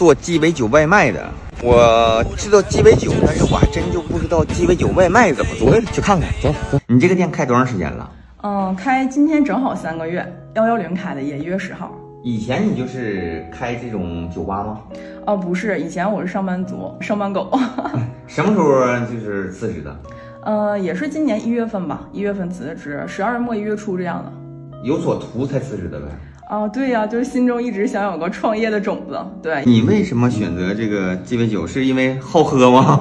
做鸡尾酒外卖的。我知道鸡尾酒，但是我还真就不知道鸡尾酒外卖怎么做。去看看，走。你这个店开多长时间了？ 开今天正好3个月，110开的业，1月10号。 以前你就是开这种酒吧吗？ 哦，不是，以前我是上班族，上班狗。 什么时候就是辞职的？ 也是今年1月份吧，1月份辞的职，12月末1月初这样的。有所图才辞职的呗？ 哦，对呀，就是心中一直想有个创业的种子。对， 你为什么选择这个鸡尾酒？是因为好喝吗？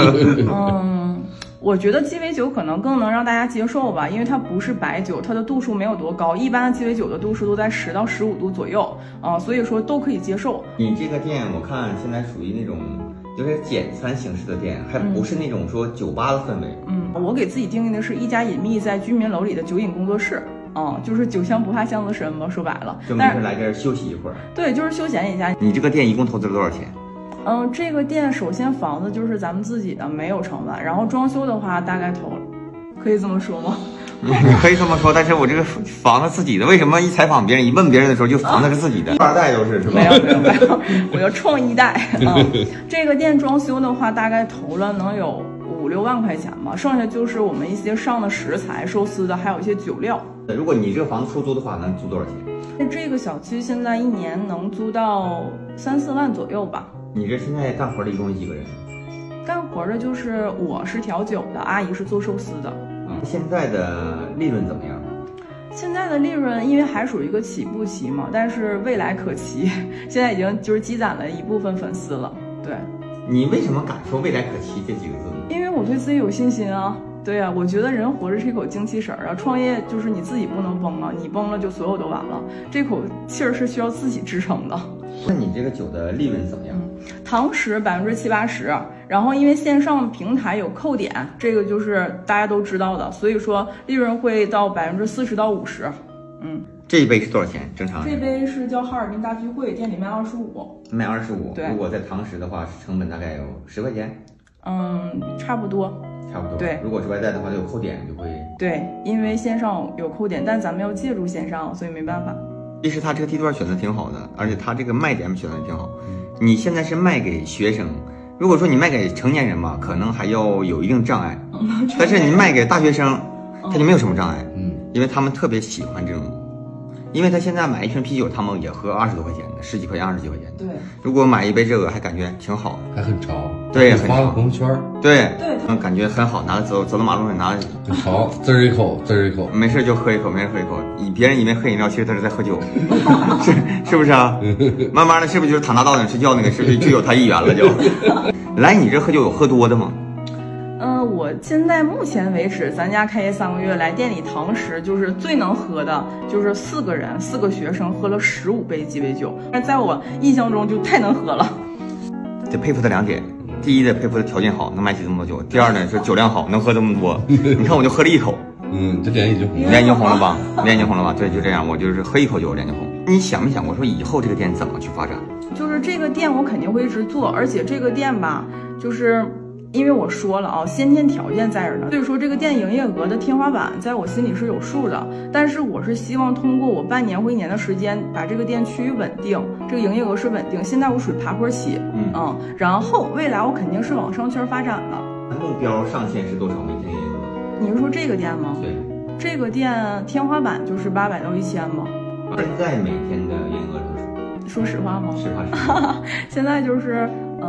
我觉得鸡尾酒可能更能让大家接受吧，因为它不是白酒，它的度数没有多高，一般的鸡尾酒的度数都在10到15度左右所以说都可以接受。 你这个店我看现在属于那种就是简餐形式的店，还不是那种说酒吧的氛围。 我给自己定义的是一家隐秘在居民楼里的酒饮工作室。就是酒香不怕巷子深嘛，说白了， 就没事来这儿休息一会儿。 对，就是休闲一下。 你这个店一共投资了多少钱？ 这个店首先房子就是咱们自己的，没有成本，然后装修的话大概可以这么说吗？ 可以这么说，但是我这个房子自己的，为什么一采访别人一问别人的时候就房子是自己的？富二代都是吧？ 没有，我要创一代这个店装修的话，大概投了能有5、6万块钱吧，剩下就是我们一些上的食材、寿司的，还有一些酒料。 如果你这个房子出租的话，能租多少钱？ 这个小区现在1年能租到3、4万左右吧。 你这现在干活的一共几个人？ 干活的就是我是调酒的，阿姨是做寿司的。 现在的利润怎么样？ 现在的利润因为还属于一个起步期嘛，但是未来可期，现在已经就是积攒了一部分粉丝了。对， 你为什么敢说未来可期这几个字呢？ 因为我对自己有信心啊。对啊，我觉得人活着是一口精气神啊，创业就是你自己不能崩啊，你崩了就所有都完了，这口气儿是需要自己支撑的。 那你这个酒的利润怎么样？ 堂食70%、80%，然后因为线上平台有扣点，这个就是大家都知道的，所以说利润会到40%到50%。 这一杯是多少钱？正常这杯是叫哈尔滨大聚会，店里卖25， 卖25。 对， 如果在堂食的话，成本大概有10块钱。 差不多。对， 如果是外带的话，就有扣点就会。 对，因为线上有扣点，但咱们要借助线上，所以没办法。 其实他这个地段选的挺好的，而且他这个卖点选的挺好。你现在是卖给学生，如果说你卖给成年人吧，可能还要有一定障碍。但是你卖给大学生，他就没有什么障碍。因为他们特别喜欢这种。因为他现在买一瓶啤酒，他们也喝20多块钱的，10几块钱、20几块钱的。 对， 如果买一杯这个，还感觉挺好的， 还很潮。 对，很潮。 发个朋友圈。 对，感觉很好，拿着走到马路上拿着， 潮，滋儿一口，滋儿一口， 没事就喝一口，没事喝一口。别人以为喝饮料，其实他是在喝酒，是不是啊？慢慢的，是不是就是躺大道顶睡觉那个，是不是就有他1元了就？来你这喝酒有喝多的吗？ 我现在目前为止，咱家开业3个月，来店里堂食就是最能喝的，就是4个人，4个学生喝了15杯鸡尾酒，但在我印象中就太能喝了。 得佩服他2点，第一得佩服他条件好，能买起这么多酒；第二呢是酒量好，能喝这么多。你看我就喝了1口， 这脸已经红了， 脸已经红了吧？脸已经红了吧？对，就这样，我就是喝1口酒，脸就红。你想没想过说以后这个店怎么去发展？ 就是这个店我肯定会一直做，而且这个店吧，就是因为我说了啊，先天条件在这儿呢，所以说这个店营业额的天花板在我心里是有数的。但是我是希望通过我半年或1年的时间，把这个店趋于稳定，这个营业额是稳定。现在我属于爬坡期，然后未来我肯定是往商圈发展的。 目标上限是多少？每天营业额？ 你是说这个店吗？ 对， 这个店天花板就是800到1000吗？ 现在每天的营业额多少？ 说实话吗？ 实话。 现在就是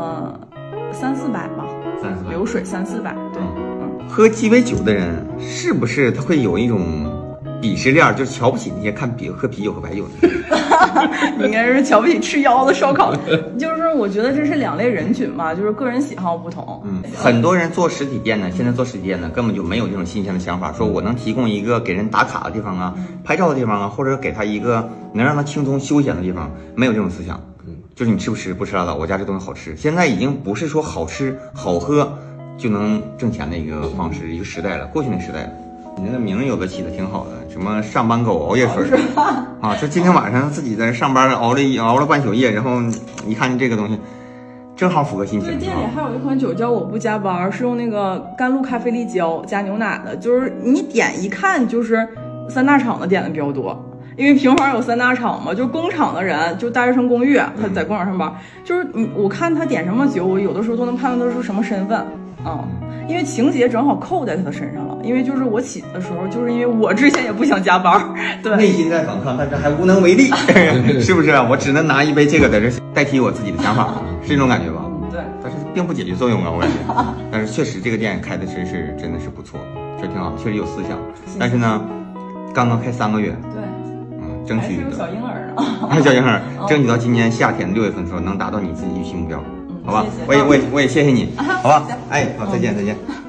3、400吧。流水3、400，对。 喝鸡尾酒的人是不是他会有一种鄙视链，就是瞧不起那些喝啤酒和白酒的？ 你应该是瞧不起吃腰子烧烤，就是我觉得这是2类人群嘛，就是个人喜好不同。 很多人做实体店呢，现在做实体店呢，根本就没有这种新鲜的想法，说我能提供一个给人打卡的地方啊，拍照的地方啊，或者给他一个能让他轻松休闲的地方，没有这种思想。就是你吃不吃不吃拉倒，我家这东西好吃。现在已经不是说好吃好喝就能挣钱的一个方式，一个时代了，过去那时代了。你那个名有的起的挺好的，什么上班狗熬夜水啊，就今天晚上自己在上班熬了半宿夜，然后一看这个东西，正好符合心情。 对，店里还有一款酒叫我不加班，是用那个甘露咖啡粒胶加牛奶的，就是你点一看就是3大厂的点的比较多。 因为平房有3大厂嘛，就工厂的人，就大学生公寓，他在工厂上班，就是我看他点什么酒，我有的时候都能判断他是什么身份啊。因为情节正好扣在他的身上了，因为就是我起的时候，就是因为我之前也不想加班，对， 内心在反抗，但是还无能为力，是不是啊？我只能拿一杯这个在这代替我自己的想法，是这种感觉吧？ 对， 但是并不解决作用啊，我感觉。但是确实这个店开的真的是不错，确实挺好，确实有思想。但是呢，刚刚开3个月， 对， 争取还是个小婴儿呢， 还有小婴儿，争取到今年夏天6月份的时候能达到你自己预期目标。好吧， 谢谢我也谢谢你，好吧，哎，好，再见。